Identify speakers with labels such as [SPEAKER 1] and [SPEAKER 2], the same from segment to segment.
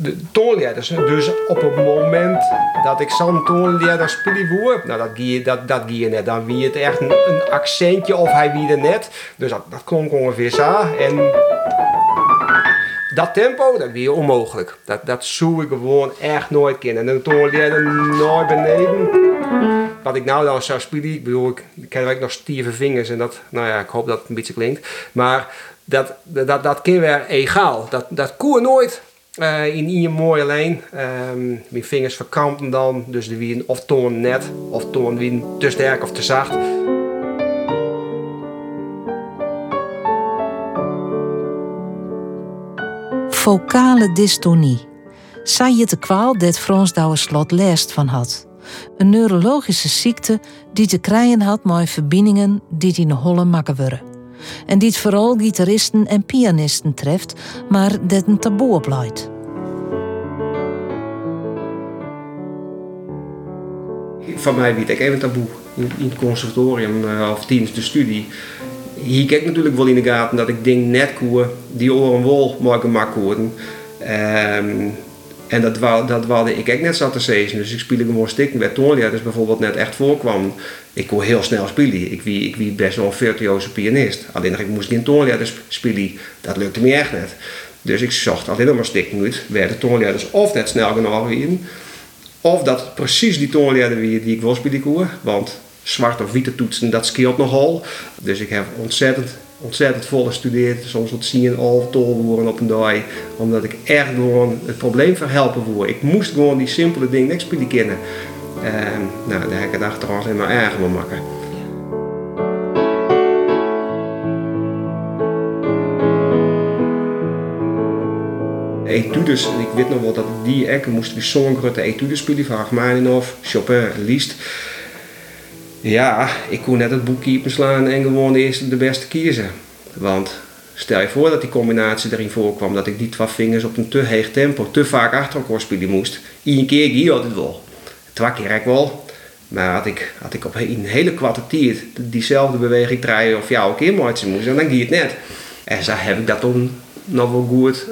[SPEAKER 1] de toonleiders. Dus op het moment dat ik zo'n toonleider spelen voer, nou dat gie je net. Dan wie het echt een accentje of hij wie er net. Dus dat klonk ongeveer zo. En dat tempo, dat weer onmogelijk. Dat zou ik gewoon echt nooit kennen. En de toonleider nooit beneden. Wat ik nou dan zou spelen, ik bedoel, ik heb ook nog stieve vingers en dat, nou ja, ik hoop dat het een beetje klinkt. Maar dat kan weer egaal. Dat koe nooit in een mooie lijn. Mijn vingers verkrampen dan, dus de wien of toon net, of toon wien te sterk of te zacht.
[SPEAKER 2] Vocale dystonie. Zij je de kwaal dat Frans Douwe Slot last van had. Een neurologische ziekte die te krijgen had met verbindingen die in de holle makken worden. En die het vooral gitaristen en pianisten treft, maar dat een taboe opleidt.
[SPEAKER 1] Van mij weet ik even een taboe in het conservatorium of tijdens de studie. Hier kijk ik natuurlijk wel in de gaten dat ik dingen net koe die oren wel maar gemaakt worden. En dat wilde ik ook net zo te zeggen. Dus ik speelde gewoon stikken bij toonleiders bijvoorbeeld net echt voorkwam. Ik kon heel snel spelen. Ik wie best wel een virtuoze pianist. Alleen ik moest geen toonleiders spelen. Dat lukte me echt net. Dus ik zocht alleen maar stikken uit. Waar de toonleiders of net snel genoeg waren. Of dat precies die toonleider wie die ik wil spelen kon. Want zwart of witte toetsen, dat scheelt nogal. Dus ik heb ontzettend vol gestudeerd. Soms wat zien al tolwoorden op een dag. Omdat ik echt gewoon het probleem verhelpen voer. Ik moest gewoon die simpele dingen niks spelen kennen. Nou, daar heb ik het achteraf alleen maar erger van maken. Etudes, ik weet nog wel dat ik die ekken moest zo'n grote etudes spelen van Rachmaninoff, Chopin, Liszt. Ja, ik kon net het boekkeeper slaan en gewoon de beste kiezen. Want stel je voor dat die combinatie erin voorkwam, dat ik die 2 vingers op een te hoog tempo, te vaak achter elkaar spelen moest. Eén keer ging altijd wel. 2 keer ik wel. Maar had ik op een hele kwarte tijd diezelfde beweging draaien of jou een keer moeite moest, dan ging het net. En zo heb ik dat toen nog wel goed,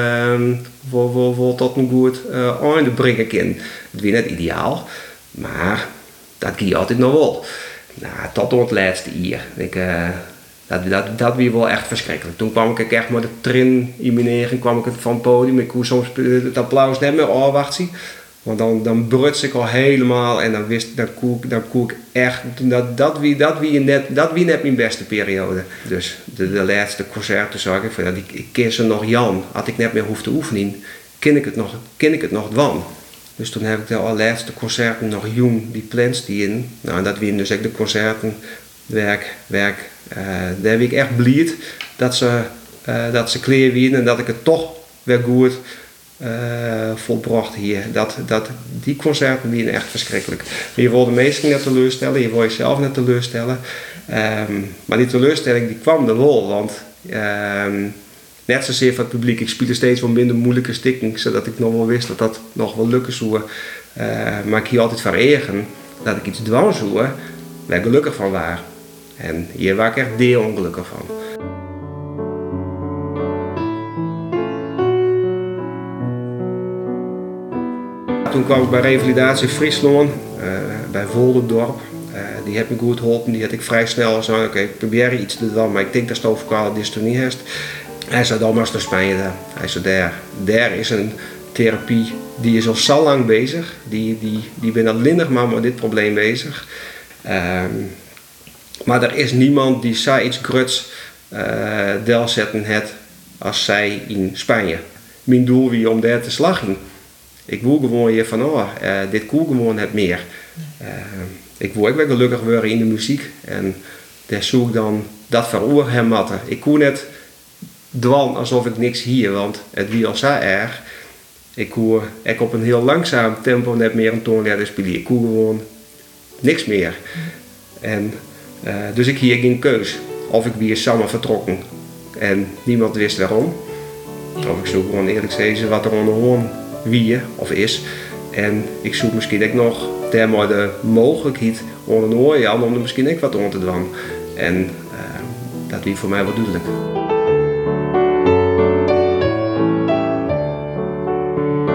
[SPEAKER 1] tot een goed einde brengen kunnen. Het was net ideaal, maar dat ging altijd nog wel. Nou, tot het laatste hier. Dat was wel echt verschrikkelijk. Toen kwam ik echt met de trin in mijn neer en kwam ik van het podium. Ik kon soms het applaus net meer afwachten. Want dan bruts ik al helemaal en dan koe ik echt. Dat wie net mijn beste periode. Dus de laatste concerten zag ik van ik ken ze nog Jan. Had ik net meer hoefde oefenen, ken ik het nog dwan. Dus toen heb ik de allerlaatste concerten nog jong die plans die in. Nou, en dat waren dus ook de concerten werk. Daar heb ik echt blij dat ze clear waren en dat ik het toch weer goed volbracht hier. Die concerten waren echt verschrikkelijk. Je wil de meesten net teleurstellen, je wil jezelf net teleurstellen. Maar die teleurstelling die kwam er wel, want net zozeer van het publiek. Ik speelde steeds wat minder moeilijke stikken, zodat ik nog wel wist dat dat nog wel lukken zou. Maar ik hier altijd vereren dat ik iets dwang zou, waar ik gelukkig van was. En hier was ik echt deel ongelukkig van. Toen kwam ik bij Revalidatie Friesland, bij Volderdorp. Die heeft me goed geholpen, die had ik vrij snel gezegd, oké, ik probeer iets te doen, maar ik denk dat het vocale dystonie heeft. Hij zei dan maar naar Spanje. Hij zei daar is een therapie die is al zo lang bezig. Die ben alleen nog maar met dit probleem bezig. Maar er is niemand die zoiets gruts delzetten heeft als zij in Spanje. Mijn doel was om daar te slagen. Ik wil gewoon hier van, dit koel gewoon het meer. Ik wil ook wel gelukkig worden in de muziek. En daar zoek ik dan dat voor hem matten. Ik kon net dwan alsof ik niks hier, want het was al zo erg. Ik kon op een heel langzaam tempo net meer een toonleider spelen. Ik kon gewoon niks meer. En dus ik hier geen keus. Of ik weer samen vertrokken en niemand wist waarom. Of ik zoek gewoon eerlijk zeggen wat er onderhoorn wie of is. En ik zoek misschien ook nog daarmee de mogelijkheid onder Jan om er misschien ook wat onder te dwan. En dat was voor mij wel duidelijk.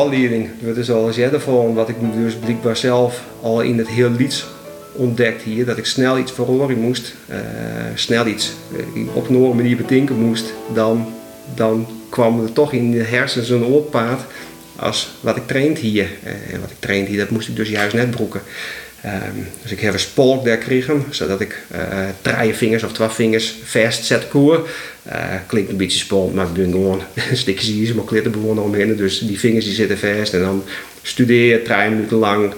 [SPEAKER 1] spelleiding. Dat is al eens eerder van wat ik dus blijkbaar zelf al in het heel lieds ontdekt hier. Dat ik snel iets verhoren moest. Snel iets op een andere manier bedenken moest. Dan kwam er toch in de hersens een oorpaad als wat ik traint hier. En wat ik traint hier, dat moest ik dus juist net broeken. Dus ik heb een spolk daar gekregen, zodat ik 3 vingers of 2 vingers vast zet koer. Klinkt een beetje spannend, maar ik doe gewoon een stukje hier, maar klitten bewonen omheen. Dus die vingers die zitten vast en dan studeer je 3 minuten lang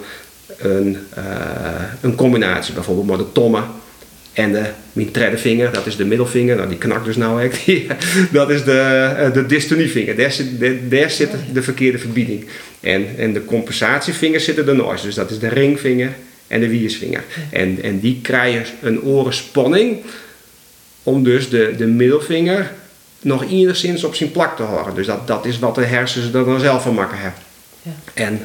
[SPEAKER 1] een combinatie. Bijvoorbeeld met de tomme en mijn derde vinger, dat is de middelvinger. Nou, die knakt dus nou echt. Dat is de dystonievinger. Daar zit de verkeerde verbinding. En de compensatievingers zitten ernaast. Dus dat is de ringvinger en de wiersvinger. En die krijgen een orenspanning om dus de middelvinger nog enigszins op zijn plak te houden. Dus dat is wat de hersens er dan zelf van maken hebben. Ja. En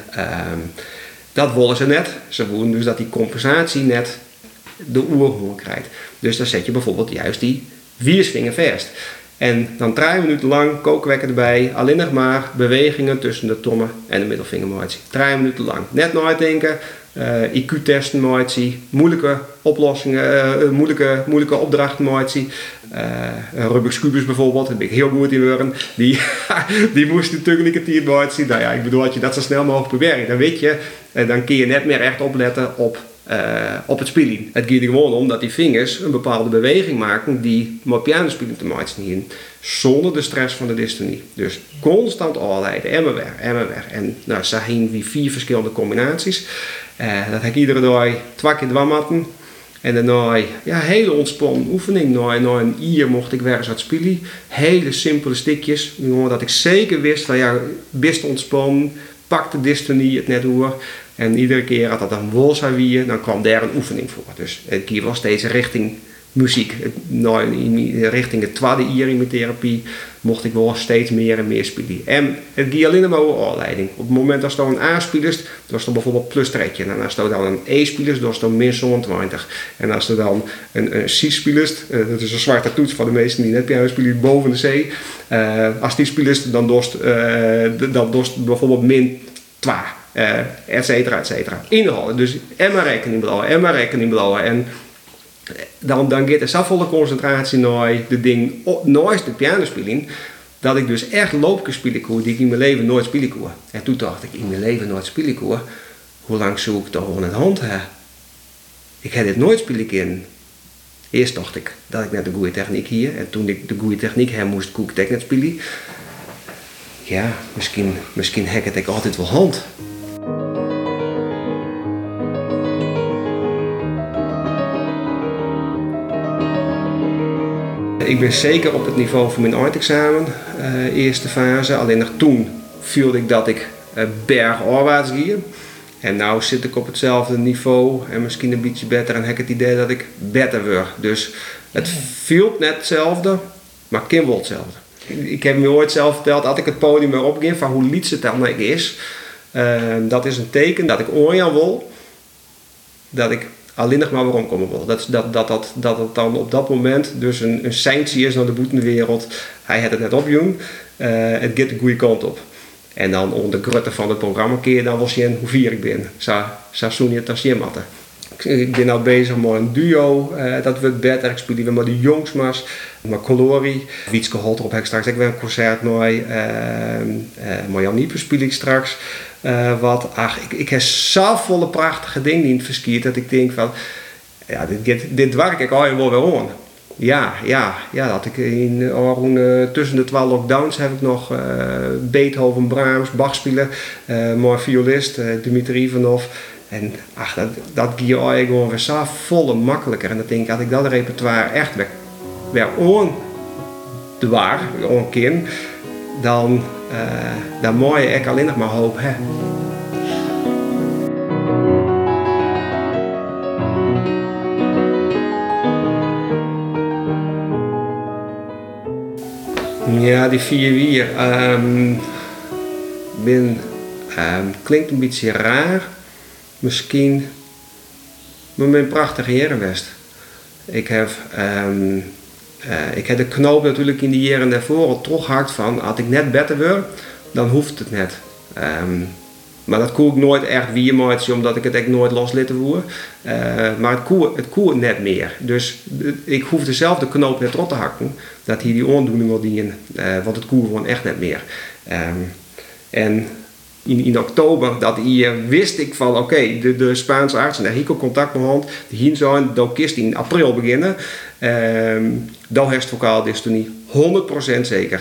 [SPEAKER 1] dat willen ze net. Ze willen dus dat die compensatie net de oerhoorn krijgt. Dus dan zet je bijvoorbeeld juist die wiersvinger vast. En dan 3 minuten lang kookwekken erbij, alleen nog maar bewegingen tussen de tomme en de middelvinger maatje. 3 minuten lang. Net nadenken, IQ-testen maatje, moeilijke oplossingen, moeilijke opdrachten maatje. Rubik's Cubus bijvoorbeeld, daar ben ik heel goed in worden. Die moest natuurlijk een keer maatje. Nou ja, ik bedoel, als je dat zo snel mogelijk probeert, dan weet je, dan kun je net meer echt opletten op het spelen. Het gaat er gewoon om dat die vingers een bepaalde beweging maken die met pianospelen te maken hebben, zonder de stress van de dystonie. Dus constant aanleiden, en maar weg. En nou, ze hebben wie 4 verschillende combinaties. Dat heb ik iedere dag 2 keer dwammatten. En daarna hele ontspannen oefening. Na een uur mocht ik weer eens wat spelen. Hele simpele stukjes. Dat ik zeker wist van best ontspannen. Pak de dystonie het net door. En iedere keer als dat dan wel zou weer, dan kwam daar een oefening voor. Dus het ging wel steeds richting muziek. Richting het tweede uur in mijn therapie mocht ik wel steeds meer en meer spelen. En het ging alleen maar over aanleiding. Op het moment dat je een A speelt, dan is er bijvoorbeeld plus treetje. En als je dan een E speelt, dan is het min 20. En als je dan een C speelt, dat is een zwarte toets voor de meesten die net piano spelen, boven de C. Als die speelt, dan dost bijvoorbeeld min 2. Et cetera. Inhouden. Dus en maar rekening bouwen. En dan gaat er zo volle concentratie naar de ding naast de pianospeling, dat ik dus echt loopjes spelen kon die ik in mijn leven nooit spelen kon. En toen dacht ik, in mijn leven nooit spelen kon, hoe lang zou ik toch gewoon in de hand hebben? Ik heb dit nooit spelen kunnen. Eerst dacht ik dat ik net de goede techniek hier, en toen ik de goede techniek heb, moest ik ook techniek spelen. Ja, misschien heb ik het altijd wel hand. Ik ben zeker op het niveau van mijn eindexamen, eerste fase. Alleen nog toen voelde ik dat ik bergafwaarts ging. En nu zit ik op hetzelfde niveau en misschien een beetje beter en heb ik het idee dat ik beter word. Dus het voelt net hetzelfde, maar kan wel hetzelfde. Ik heb me ooit zelf verteld, als ik het podium weer opging, van hoe liet het dan is. Dat is een teken dat ik oorjan wil, dat ik alleen nog maar waarom komen wil. Dat het dan op dat moment dus een sanctie is naar de boetenwereld. Hij had het net opgedaan. Het gaat de goede kant op. En dan onder de grutte van het programma kun je dan wel zien hoe vier ik ben. Zo zoen je het als je matten. Ik ben nou bezig met een duo, dat wordt beter. Ik speel weer met de jongsmas, met Colori. Wietske Holtrop heb ik straks ook weer een concert mee. Jan Nieper speel ik straks. Ik heb zo volle prachtige dingen in het verschiet dat ik denk van, ja, dit werk ik al wel weer aan. Ja, dat ik tussen de 12 lockdowns heb ik nog Beethoven, Brahms, Bach spelen, mijn violist Dmitri Ivanov. En dat ging je gewoon weer zo volle makkelijker. En dan denk ik, als ik dat repertoire echt weer aan de waar, aan ken, dan moet je echt alleen nog maar hoop hebben. Ja, die 4 wier. Klinkt een beetje raar. Misschien, maar mijn prachtige herenwest. Ik heb de knoop natuurlijk in die jaren daarvoor al teruggehakt van, als ik net beter word, dan hoeft het net. Maar dat koe ik nooit echt weer, omdat ik het echt nooit loslitten woer. Maar het koe net meer. Dus ik hoef dezelfde knoop net rot te hakken. Dat hier die aandoening wil dienen. Want het koe gewoon echt net meer. En in oktober dat hier wist ik van oké, de Spaanse artsen, daar heb ik ook contact met hand. Die zijn, dat kist in april beginnen. Dat heeft vocaal dystonie 100% zeker.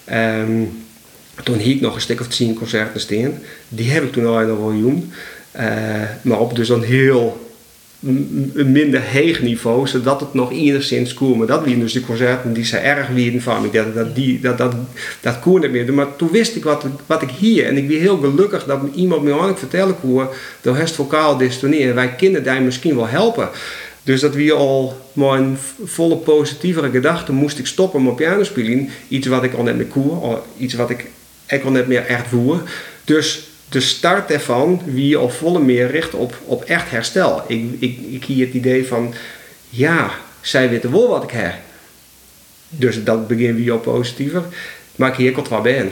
[SPEAKER 1] Toen hiek ik nog een stuk of 10 concerten staan. Die heb ik toen al nog wel doen. Maar op dus een heel minder heeg niveau, zodat het nog enigszins koel. Maar dat waren dus de concerten die ze erg wierden van me. Dat koer niet meer. Maar toen wist ik wat ik hier. En ik ben heel gelukkig dat iemand me aan vertellen kon. Dat heeft vocaal dystonie. En wij kunnen daar misschien wel helpen. Dus dat wie al mijn volle positievere gedachten moest ik stoppen met piano spelen. Iets wat ik al net meer koer. Iets wat ik al net meer echt voer. Dus de start daarvan wie al volle meer richt op echt herstel. Ik hier het idee van, ja, zij weten wel wat ik heb. Dus dat begin wie al positiever. Maar ik hier komt wat ben.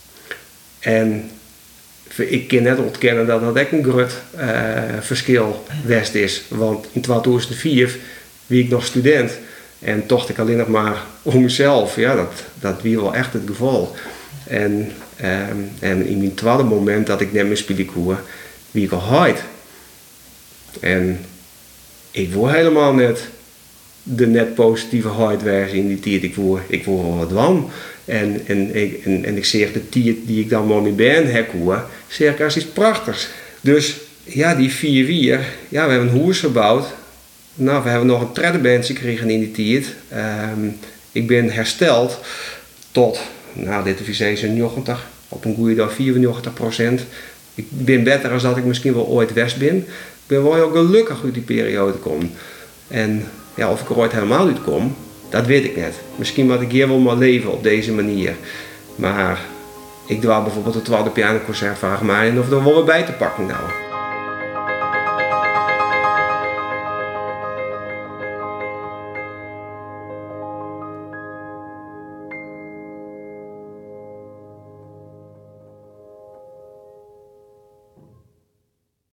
[SPEAKER 1] En ik kan net ontkennen dat dat echt een groot verschil west is. Want in 2004 was ik nog student. En tocht ik alleen nog maar om mezelf. Ja, dat was wel echt het geval. En in mijn tweede moment dat ik net meer spelen kon, wie ik al huid. En ik word helemaal net de net positieve huidversie in die tijd. Ik word wel wat warm. En ik zeg de tijd die ik dan maar mee ben herkoen, zeg ik als iets prachtigs. Dus ja, die 4 wier, ja, we hebben een hoes gebouwd. Nou, we hebben nog een treddenbandje gekregen in die tijd. Ik ben hersteld tot, nou, dit is 96, op een goede dag 94%. Ik ben beter dan dat ik misschien wel ooit west ben. Ik ben wel heel gelukkig uit die periode kom. En ja, of ik er ooit helemaal uit kom, dat weet ik net. Misschien moet ik hier wel maar leven op deze manier. Maar ik doe bijvoorbeeld het tweede pianoconcert van Rachmaninoff of er wel weer bij te pakken nou.